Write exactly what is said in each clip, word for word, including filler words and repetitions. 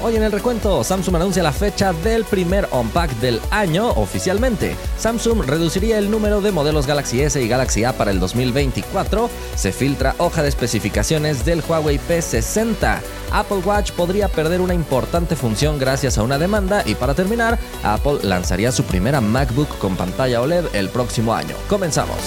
Hoy en el recuento, Samsung anuncia la fecha del primer Unpacked del año oficialmente. Samsung reduciría el número de modelos Galaxy S y Galaxy A para el dos mil veinticuatro. Se filtra hoja de especificaciones del Huawei P sesenta. Apple Watch podría perder una importante función gracias a una demanda. Y para terminar, Apple lanzaría su primera MacBook con pantalla O L E D el próximo año. Comenzamos.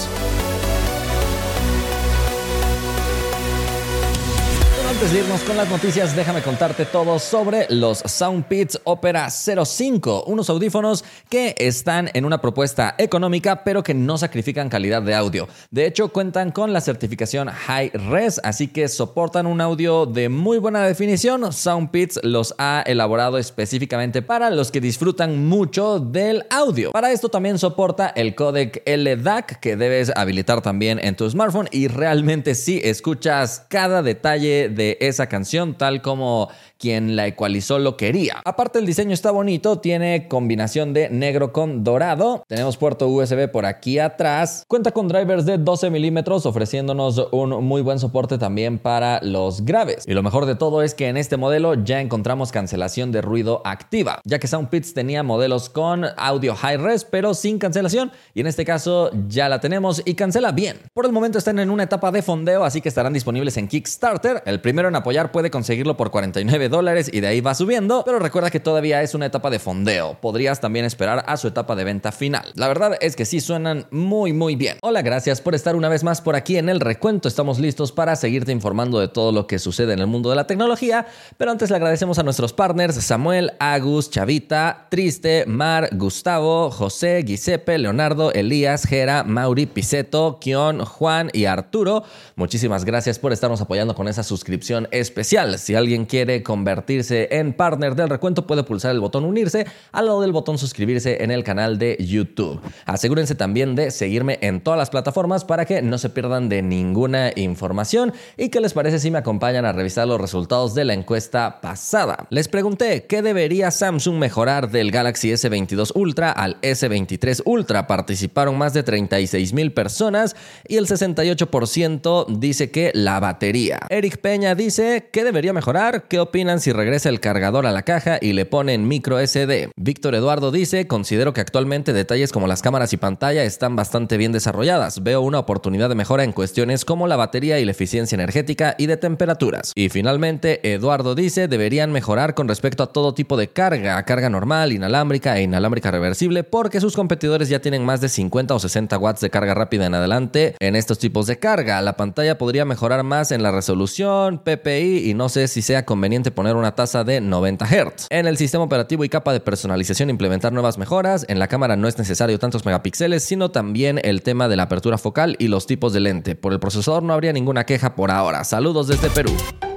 Antes de irnos con las noticias, déjame contarte todo sobre los Soundpeats Opera cero cinco, unos audífonos que están en una propuesta económica, pero que no sacrifican calidad de audio. De hecho, cuentan con la certificación Hi-Res, así que soportan un audio de muy buena definición. Soundpeats los ha elaborado específicamente para los que disfrutan mucho del audio. Para esto también soporta el códec L D A C, que debes habilitar también en tu smartphone, y realmente sí escuchas cada detalle de esa canción tal como quien la ecualizó lo quería. Aparte, el diseño está bonito, tiene combinación de negro con dorado. Tenemos puerto U S B por aquí atrás. Cuenta con drivers de doce milímetros, ofreciéndonos un muy buen soporte también para los graves. Y lo mejor de todo es que en este modelo ya encontramos cancelación de ruido activa, ya que Soundpeats tenía modelos con audio high-res pero sin cancelación, y en este caso ya la tenemos y cancela bien. Por el momento están en una etapa de fondeo, así que estarán disponibles en Kickstarter. El primero en apoyar puede conseguirlo por cuarenta y nueve dólares y de ahí va subiendo, pero recuerda que todavía es una etapa de fondeo. Podrías también esperar a su etapa de venta final. La verdad es que sí suenan muy muy bien. Hola, gracias por estar una vez más por aquí en el recuento. Estamos listos para seguirte informando de todo lo que sucede en el mundo de la tecnología, pero antes le agradecemos a nuestros partners Samuel, Agus, Chavita, Triste, Mar, Gustavo, José, Giuseppe, Leonardo, Elías, Jera, Mauri, Piseto, Kion, Juan y Arturo. Muchísimas gracias por estarnos apoyando con esa suscripción especial. Si alguien quiere convertirse en partner del recuento, puede pulsar el botón unirse al lado del botón suscribirse en el canal de YouTube. Asegúrense también de seguirme en todas las plataformas para que no se pierdan de ninguna información. ¿Y qué les parece si me acompañan a revisar los resultados de la encuesta pasada? Les pregunté qué debería Samsung mejorar del Galaxy S veintidós Ultra al S veintitrés Ultra. Participaron más de treinta y seis mil personas y el sesenta y ocho por ciento dice que la batería. Eric Peña dice: ¿qué debería mejorar? ¿Qué opinan si regresa el cargador a la caja y le ponen micro S D? Víctor Eduardo dice: considero que actualmente detalles como las cámaras y pantalla están bastante bien desarrolladas. Veo una oportunidad de mejora en cuestiones como la batería y la eficiencia energética y de temperaturas. Y finalmente, Eduardo dice: deberían mejorar con respecto a todo tipo de carga, carga normal, inalámbrica e inalámbrica reversible, porque sus competidores ya tienen más de cincuenta o sesenta watts de carga rápida en adelante en estos tipos de carga. La pantalla podría mejorar más en la resolución, P P I, y no sé si sea conveniente poner una tasa de noventa hertz. En el sistema operativo y capa de personalización implementar nuevas mejoras. En la cámara no es necesario tantos megapíxeles, sino también el tema de la apertura focal y los tipos de lente. Por el procesador no habría ninguna queja por ahora. Saludos desde Perú.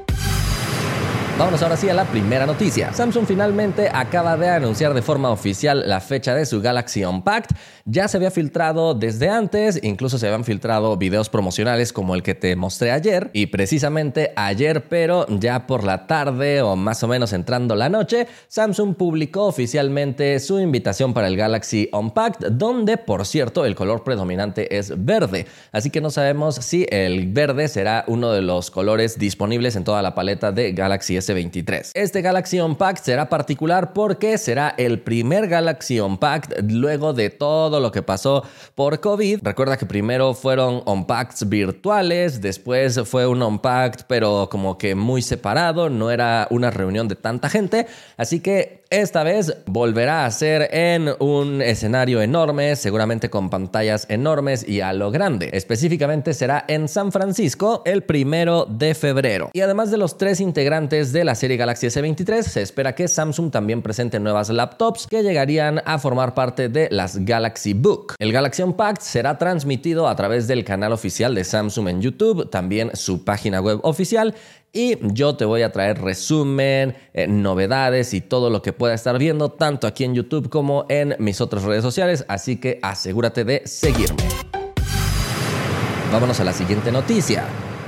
Vámonos ahora sí a la primera noticia. Samsung finalmente acaba de anunciar de forma oficial la fecha de su Galaxy Unpacked. Ya se había filtrado desde antes, incluso se habían filtrado videos promocionales como el que te mostré ayer. Y precisamente ayer, pero ya por la tarde o más o menos entrando la noche, Samsung publicó oficialmente su invitación para el Galaxy Unpacked, donde, por cierto, el color predominante es verde. Así que no sabemos si el verde será uno de los colores disponibles en toda la paleta de Galaxy S veintitrés. Este Galaxy Unpacked será particular porque será el primer Galaxy Unpacked luego de todo lo que pasó por COVID. Recuerda que primero fueron Unpackeds virtuales, después fue un Unpacked pero como que muy separado, no era una reunión de tanta gente, así que esta vez volverá a ser en un escenario enorme, seguramente con pantallas enormes y a lo grande. Específicamente será en San Francisco el primero de febrero. Y además de los tres integrantes de la serie Galaxy S veintitrés, se espera que Samsung también presente nuevas laptops que llegarían a formar parte de las Galaxy Book. El Galaxy Unpacked será transmitido a través del canal oficial de Samsung en YouTube, también su página web oficial, y yo te voy a traer resumen, eh, novedades y todo lo que pueda estar viendo tanto aquí en YouTube como en mis otras redes sociales, así que asegúrate de seguirme. Vámonos a la siguiente noticia.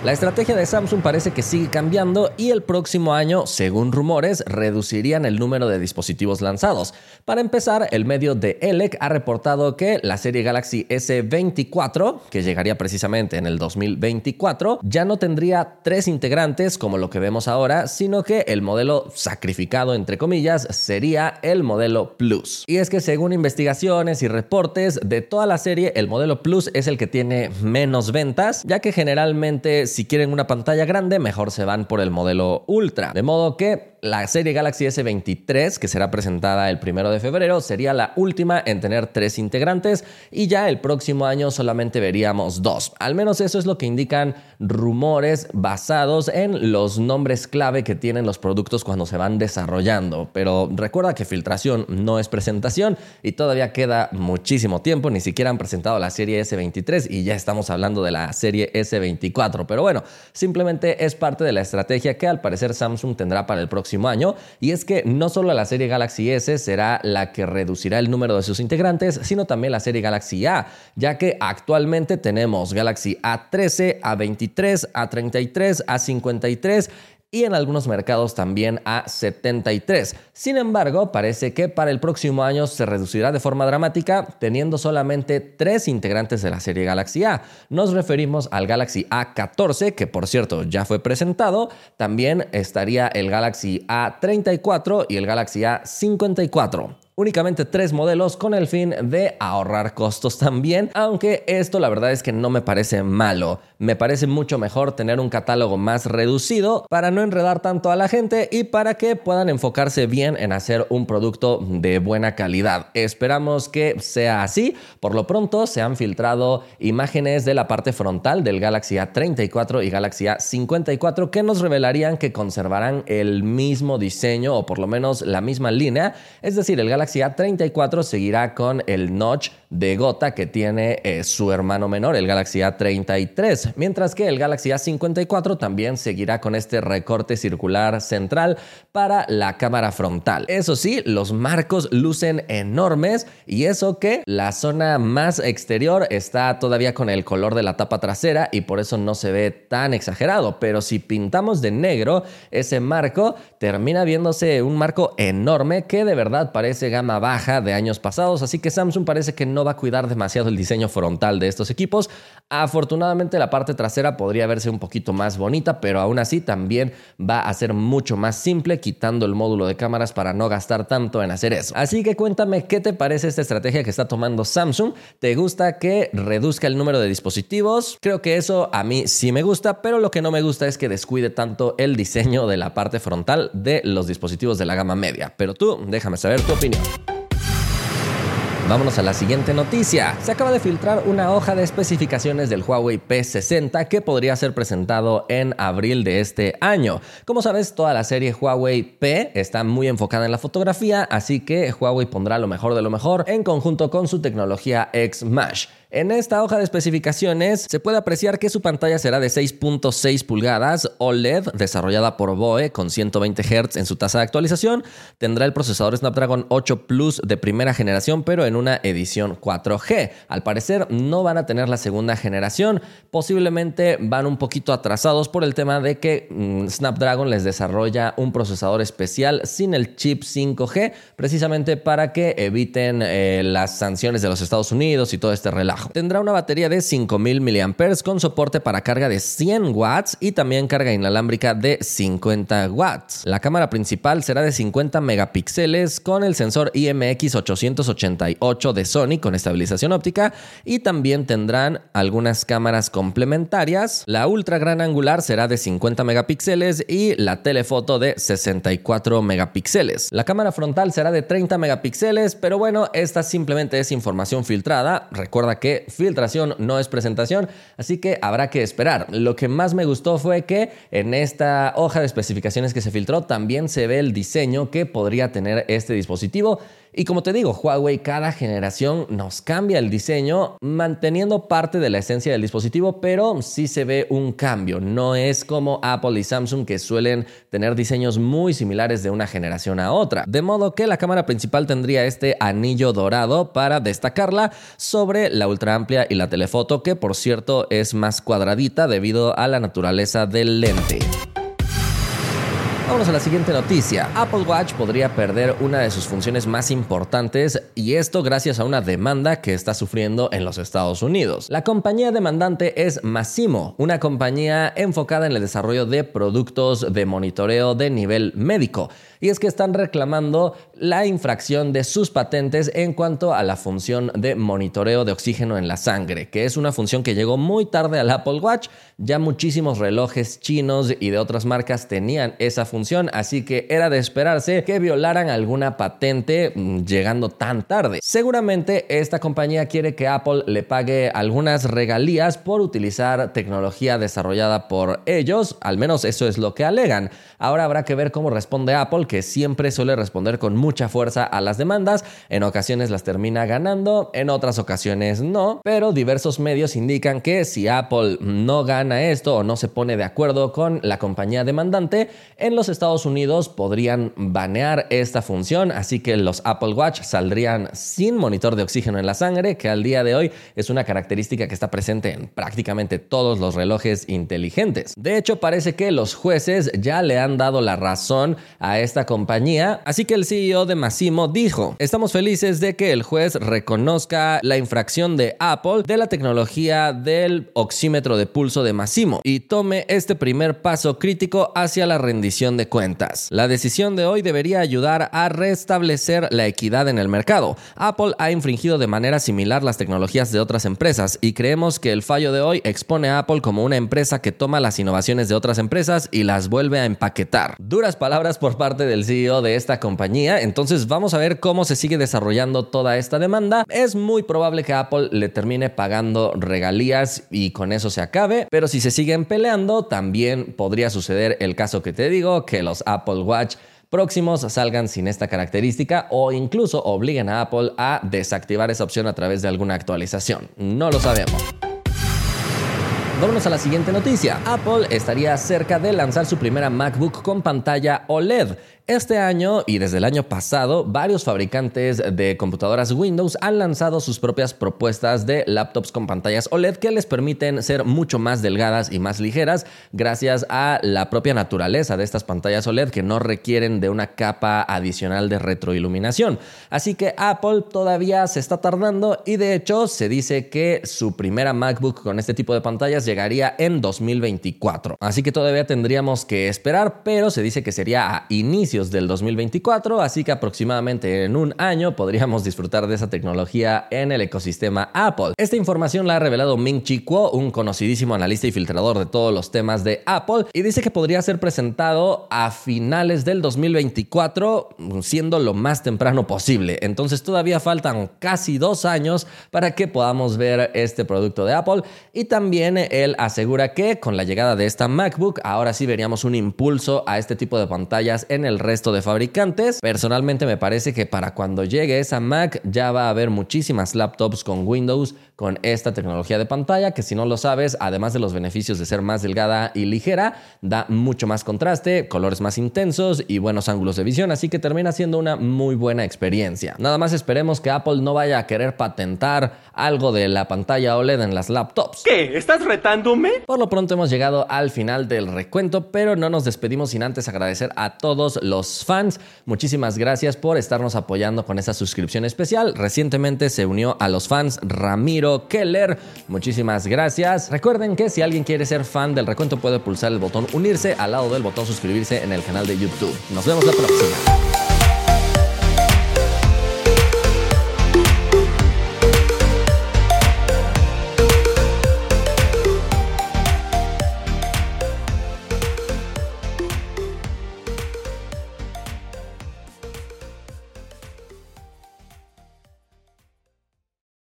La estrategia de Samsung parece que sigue cambiando y el próximo año, según rumores, reducirían el número de dispositivos lanzados. Para empezar, el medio de Elec ha reportado que la serie Galaxy ese veinticuatro, que llegaría precisamente en el dos mil veinticuatro, ya no tendría tres integrantes como lo que vemos ahora, sino que el modelo sacrificado, entre comillas, sería el modelo Plus. Y es que según investigaciones y reportes de toda la serie, el modelo Plus es el que tiene menos ventas, ya que generalmente si quieren una pantalla grande, mejor se van por el modelo Ultra. De modo que la serie Galaxy ese veintitrés, que será presentada el primero de febrero, sería la última en tener tres integrantes y ya el próximo año solamente veríamos dos. Al menos eso es lo que indican rumores basados en los nombres clave que tienen los productos cuando se van desarrollando. Pero recuerda que filtración no es presentación y todavía queda muchísimo tiempo. Ni siquiera han presentado la serie ese veintitrés y ya estamos hablando de la serie ese veinticuatro. Pero bueno, simplemente es parte de la estrategia que al parecer Samsung tendrá para el próximo año, y es que no solo la serie Galaxy S será la que reducirá el número de sus integrantes, sino también la serie Galaxy A, ya que actualmente tenemos Galaxy A trece, A veintitrés, A treinta y tres, A cincuenta y tres y en algunos mercados también a setenta y tres. Sin embargo, parece que para el próximo año se reducirá de forma dramática, teniendo solamente tres integrantes de la serie Galaxy A. Nos referimos al Galaxy A catorce, que por cierto ya fue presentado. También estaría el Galaxy A treinta y cuatro y el Galaxy A cincuenta y cuatro. Únicamente tres modelos con el fin de ahorrar costos también, aunque esto la verdad es que no me parece malo. Me parece mucho mejor tener un catálogo más reducido para no enredar tanto a la gente y para que puedan enfocarse bien en hacer un producto de buena calidad. Esperamos que sea así. Por lo pronto se han filtrado imágenes de la parte frontal del Galaxy A treinta y cuatro y Galaxy A cincuenta y cuatro que nos revelarían que conservarán el mismo diseño o por lo menos la misma línea. Es decir, el Galaxy A treinta y cuatro seguirá con el notch de gota que tiene eh, su hermano menor, el Galaxy A treinta y tres, mientras que el Galaxy A cincuenta y cuatro también seguirá con este recorte circular central para la cámara frontal. Eso sí, los marcos lucen enormes y eso que la zona más exterior está todavía con el color de la tapa trasera y por eso no se ve tan exagerado, pero si pintamos de negro ese marco, termina viéndose un marco enorme que de verdad parece gama baja de años pasados, así que Samsung parece que no va a cuidar demasiado el diseño frontal de estos equipos. Afortunadamente la parte trasera podría verse un poquito más bonita, pero aún así también va a ser mucho más simple, quitando el módulo de cámaras para no gastar tanto en hacer eso. Así que cuéntame qué te parece esta estrategia que está tomando Samsung. ¿Te gusta que reduzca el número de dispositivos? Creo que eso a mí sí me gusta, pero lo que no me gusta es que descuide tanto el diseño de la parte frontal de los dispositivos de la gama media. Pero tú, déjame saber tu opinión. Vámonos a la siguiente noticia. Se acaba de filtrar una hoja de especificaciones del Huawei P sesenta que podría ser presentado en abril de este año. Como sabes, toda la serie Huawei P está muy enfocada en la fotografía, así que Huawei pondrá lo mejor de lo mejor en conjunto con su tecnología X-Mesh. En esta hoja de especificaciones se puede apreciar que su pantalla será de seis punto seis pulgadas O L E D desarrollada por B O E con ciento veinte hertz en su tasa de actualización. Tendrá el procesador Snapdragon ocho Plus de primera generación, pero en una edición cuatro G. Al parecer no van a tener la segunda generación. Posiblemente van un poquito atrasados por el tema de que mmm, Snapdragon les desarrolla un procesador especial sin el chip cinco G, precisamente para que eviten eh, las sanciones de los Estados Unidos y todo este relajo. Tendrá una batería de cinco mil miliamperios hora con soporte para carga de cien watts y también carga inalámbrica de cincuenta watts. La cámara principal será de cincuenta megapíxeles con el sensor I M X ochocientos ochenta y ocho de Sony con estabilización óptica y también tendrán algunas cámaras complementarias. La ultra gran angular será de cincuenta megapíxeles y la telefoto de sesenta y cuatro megapíxeles. La cámara frontal será de treinta megapíxeles, pero bueno, esta simplemente es información filtrada. Recuerda que filtración no es presentación, así que habrá que esperar. Lo que más me gustó fue que en esta hoja de especificaciones que se filtró también se ve el diseño que podría tener este dispositivo. Y como te digo, Huawei cada generación nos cambia el diseño manteniendo parte de la esencia del dispositivo, pero sí se ve un cambio. No es como Apple y Samsung, que suelen tener diseños muy similares de una generación a otra. De modo que la cámara principal tendría este anillo dorado para destacarla sobre la ultra amplia y la telefoto, que por cierto es más cuadradita debido a la naturaleza del lente. Vámonos a la siguiente noticia. Apple Watch podría perder una de sus funciones más importantes, y esto gracias a una demanda que está sufriendo en los Estados Unidos. La compañía demandante es Masimo, una compañía enfocada en el desarrollo de productos de monitoreo de nivel médico. Y es que están reclamando la infracción de sus patentes en cuanto a la función de monitoreo de oxígeno en la sangre, que es una función que llegó muy tarde al Apple Watch. Ya muchísimos relojes chinos y de otras marcas tenían esa función, así que era de esperarse que violaran alguna patente llegando tan tarde. Seguramente esta compañía quiere que Apple le pague algunas regalías por utilizar tecnología desarrollada por ellos, al menos eso es lo que alegan. Ahora habrá que ver cómo responde Apple, que siempre suele responder con mucha fuerza a las demandas. En ocasiones las termina ganando, en otras ocasiones no, pero diversos medios indican que si Apple no gana esto o no se pone de acuerdo con la compañía demandante, en los Estados Unidos podrían banear esta función, así que los Apple Watch saldrían sin monitor de oxígeno en la sangre, que al día de hoy es una característica que está presente en prácticamente todos los relojes inteligentes. De hecho, parece que los jueces ya le han dado la razón a esta compañía, así que el C E O de Masimo dijo: estamos felices de que el juez reconozca la infracción de Apple de la tecnología del oxímetro de pulso de Masimo y tome este primer paso crítico hacia la rendición de cuentas. La decisión de hoy debería ayudar a restablecer la equidad en el mercado. Apple ha infringido de manera similar las tecnologías de otras empresas y creemos que el fallo de hoy expone a Apple como una empresa que toma las innovaciones de otras empresas y las vuelve a empaquetar. Duras palabras por parte del C E O de esta compañía. Entonces vamos a ver cómo se sigue desarrollando toda esta demanda. Es muy probable que Apple le termine pagando regalías y con eso se acabe, pero si se siguen peleando, también podría suceder el caso que te digo, que los Apple Watch próximos salgan sin esta característica o incluso obliguen a Apple a desactivar esa opción a través de alguna actualización. No lo sabemos. Vámonos a la siguiente noticia. Apple estaría cerca de lanzar su primera MacBook con pantalla O L E D. Este año y desde el año pasado, varios fabricantes de computadoras Windows han lanzado sus propias propuestas de laptops con pantallas O L E D que les permiten ser mucho más delgadas y más ligeras gracias a la propia naturaleza de estas pantallas O L E D, que no requieren de una capa adicional de retroiluminación. Así que Apple todavía se está tardando y de hecho se dice que su primera MacBook con este tipo de pantallas llegaría en dos mil veinticuatro. Así que todavía tendríamos que esperar, pero se dice que sería a inicio del dos mil veinticuatro, así que aproximadamente en un año podríamos disfrutar de esa tecnología en el ecosistema Apple. Esta información la ha revelado Ming-Chi Kuo, un conocidísimo analista y filtrador de todos los temas de Apple, y dice que podría ser presentado a finales del dos mil veinticuatro, siendo lo más temprano posible. Entonces todavía faltan casi dos años para que podamos ver este producto de Apple, y también él asegura que con la llegada de esta MacBook ahora sí veríamos un impulso a este tipo de pantallas en el resto de fabricantes. Personalmente me parece que para cuando llegue esa Mac ya va a haber muchísimas laptops con Windows con esta tecnología de pantalla, que si no lo sabes, además de los beneficios de ser más delgada y ligera, da mucho más contraste, colores más intensos y buenos ángulos de visión, así que termina siendo una muy buena experiencia. Nada más esperemos que Apple no vaya a querer patentar algo de la pantalla O L E D en las laptops. ¿Qué? ¿Estás retándome? Por lo pronto hemos llegado al final del recuento, pero no nos despedimos sin antes agradecer a todos los fans. Muchísimas gracias por estarnos apoyando con esa suscripción especial. Recientemente se unió a los fans Ramiro Keller. Muchísimas gracias. Recuerden que si alguien quiere ser fan del recuento puede pulsar el botón unirse al lado del botón suscribirse en el canal de YouTube. Nos vemos la próxima.